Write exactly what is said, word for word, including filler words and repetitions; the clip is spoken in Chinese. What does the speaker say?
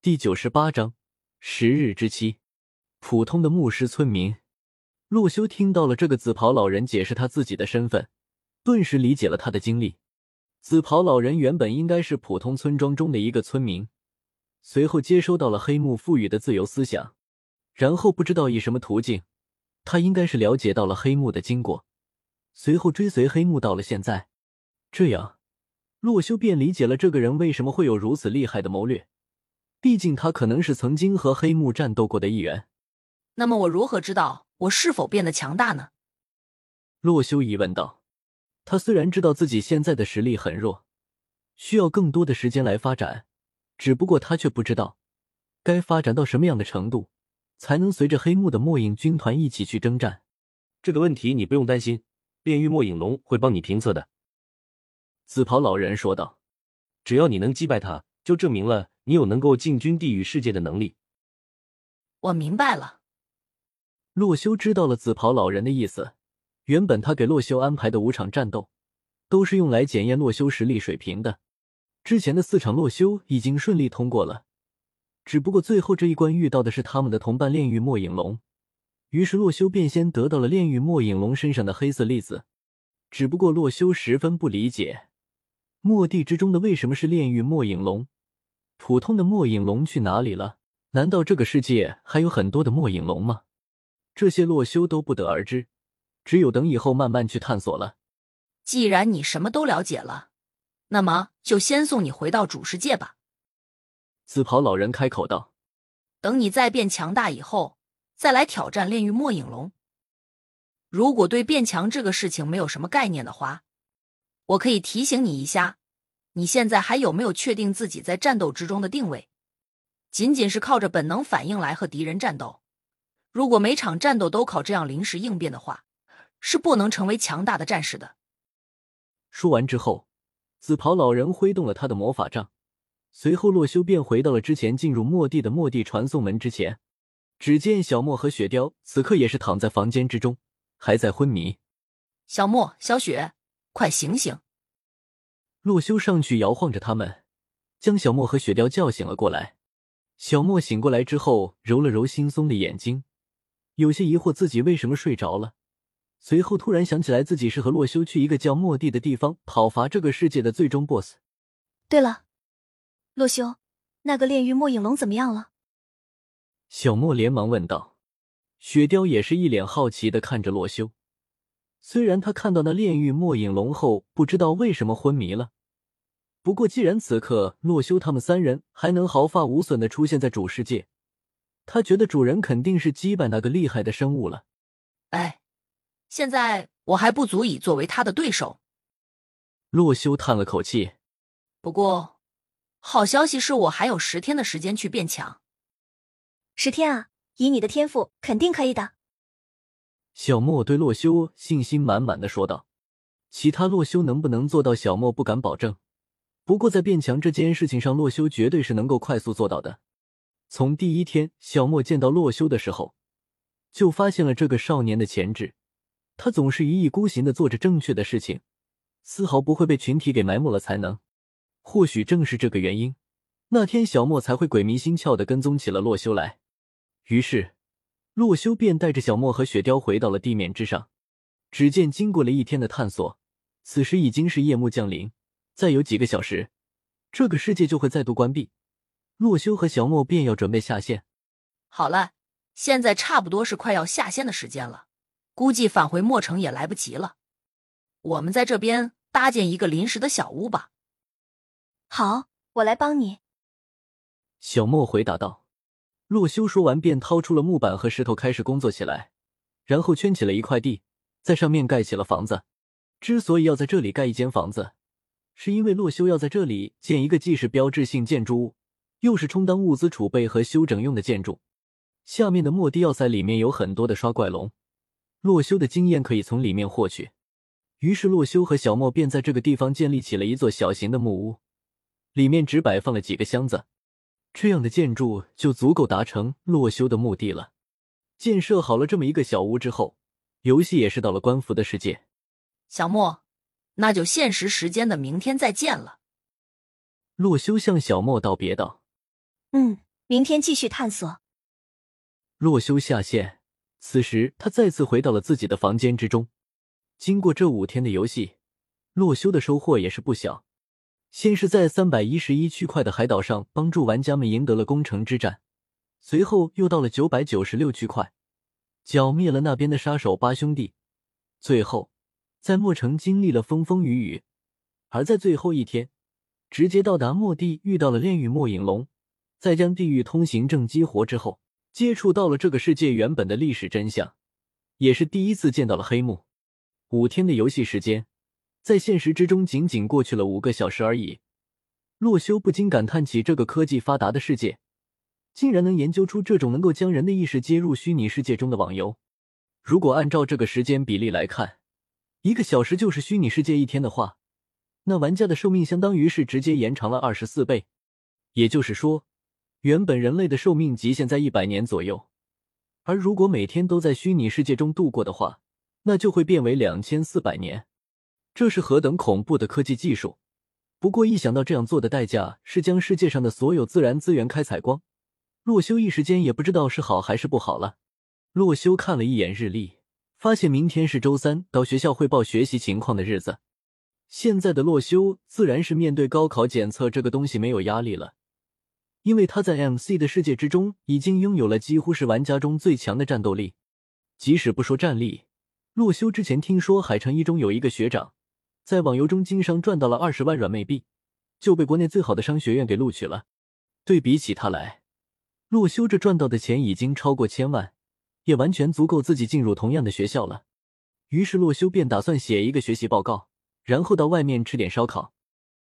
第九十八章十日之期。普通的牧师村民。洛修听到了这个紫袍老人解释他自己的身份，顿时理解了他的经历。紫袍老人原本应该是普通村庄中的一个村民，随后接收到了黑幕赋予的自由思想，然后不知道以什么途径，他应该是了解到了黑幕的经过，随后追随黑幕到了现在。这样，洛修便理解了这个人为什么会有如此厉害的谋略，毕竟他可能是曾经和黑幕战斗过的一员。 那么我如何知道我是否变得强大呢？ 洛修疑问道。他虽然知道自己现在的实力很弱，需要更多的时间来发展，只不过他却不知道该发展到什么样的程度，才能随着黑幕的末影军团一起去征战。 这个问题你不用担心，炼狱末影龙会帮你评测的。 紫袍老人说道。 只要你能击败他，就证明了你有能够进军地狱世界的能力。 我明白了。 洛修知道了紫袍老人的意思，原本他给洛修安排的五场战斗都是用来检验洛修实力水平的，之前的四场洛修已经顺利通过了，只不过最后这一关遇到的是他们的同伴炼狱末影龙，于是洛修便先得到了炼狱末影龙身上的黑色粒子。只不过洛修十分不理解，末地之中的为什么是炼狱末影龙，普通的末影龙去哪里了？难道这个世界还有很多的末影龙吗？这些洛修都不得而知，只有等以后慢慢去探索了。 既然你什么都了解了，那么就先送你回到主世界吧。 紫袍老人开口道。 等你再变强大以后，再来挑战炼狱末影龙。如果对变强这个事情没有什么概念的话，我可以提醒你一下，你现在还有没有确定自己在战斗之中的定位？仅仅是靠着本能反应来和敌人战斗，如果每场战斗都靠这样临时应变的话，是不能成为强大的战士的。 说完之后，紫袍老人挥动了他的魔法杖，随后洛修便回到了之前进入末地的末地传送门之前。只见小莫和雪雕此刻也是躺在房间之中，还在昏迷。 小莫、小雪，快醒醒！ 洛修上去摇晃着他们，将小莫和雪雕叫醒了过来。小莫醒过来之后，揉了揉惺忪的眼睛，有些疑惑自己为什么睡着了。随后突然想起来自己是和洛修去一个叫末地的地方讨伐这个世界的最终 B O S S。 对了，洛修，那个炼狱末影龙怎么样了？ 小莫连忙问道。雪雕也是一脸好奇地看着洛修，虽然他看到那炼狱末影龙后不知道为什么昏迷了，不过既然此刻洛修他们三人还能毫发无损地出现在主世界，他觉得主人肯定是击败那个厉害的生物了。 哎，现在我还不足以作为他的对手。 洛修叹了口气。 不过，好消息是我还有十天的时间去变强。 十天啊，以你的天赋，肯定可以的。 小莫对洛修信心满满的说道。其他洛修能不能做到，小莫不敢保证。不过在变强这件事情上，洛修绝对是能够快速做到的。从第一天小莫见到洛修的时候，就发现了这个少年的潜质。他总是一意孤行地做着正确的事情，丝毫不会被群体给埋没了才能。或许正是这个原因，那天小莫才会鬼迷心窍地跟踪起了洛修来。于是洛修便带着小莫和雪雕回到了地面之上。只见经过了一天的探索，此时已经是夜幕降临，再有几个小时，这个世界就会再度关闭。洛修和小莫便要准备下线。 好了，现在差不多是快要下线的时间了，估计返回墨城也来不及了。我们在这边搭建一个临时的小屋吧。 好，我来帮你。 小莫回答道。洛修说完便掏出了木板和石头开始工作起来，然后圈起了一块地，在上面盖起了房子。之所以要在这里盖一间房子，是因为洛修要在这里建一个既是标志性建筑物，又是充当物资储备和修整用的建筑。下面的末地要塞里面有很多的刷怪龙，洛修的经验可以从里面获取。于是洛修和小莫便在这个地方建立起了一座小型的木屋，里面只摆放了几个箱子。这样的建筑就足够达成洛修的目的了。建设好了这么一个小屋之后，游戏也是到了官服的世界。 小莫，那就限时时间的明天再见了。 洛修向小莫道别道。 嗯， 明天继续探索。 洛修下线，此时他再次回到了自己的房间之中。经过这五天的游戏，洛修的收获也是不小。先是在三百一十一区块的海岛上帮助玩家们赢得了攻城之战，随后又到了九百九十六区块，剿灭了那边的杀手八兄弟，最后在墨城经历了风风雨雨，而在最后一天直接到达墨地，遇到了炼狱墨影龙，在将地狱通行证激活之后，接触到了这个世界原本的历史真相，也是第一次见到了黑幕。五天的游戏时间在现实之中仅仅过去了五个小时而已，洛修不禁感叹起这个科技发达的世界，竟然能研究出这种能够将人的意识接入虚拟世界中的网游。如果按照这个时间比例来看，一个小时就是虚拟世界一天的话，那玩家的寿命相当于是直接延长了二十四倍。也就是说，原本人类的寿命极限在一百年左右，而如果每天都在虚拟世界中度过的话，那就会变为两千四百年。这是何等恐怖的科技技术！不过一想到这样做的代价是将世界上的所有自然资源开采光，洛修一时间也不知道是好还是不好了。洛修看了一眼日历，发现明天是周三，到学校汇报学习情况的日子。现在的洛修自然是面对高考检测这个东西没有压力了，因为他在 M C 的世界之中已经拥有了几乎是玩家中最强的战斗力。即使不说战力，洛修之前听说海城一中有一个学长在网游中经商赚到了二十万软妹币，就被国内最好的商学院给录取了。对比起他来，洛修这赚到的钱已经超过千万，也完全足够自己进入同样的学校了。于是洛修便打算写一个学习报告，然后到外面吃点烧烤。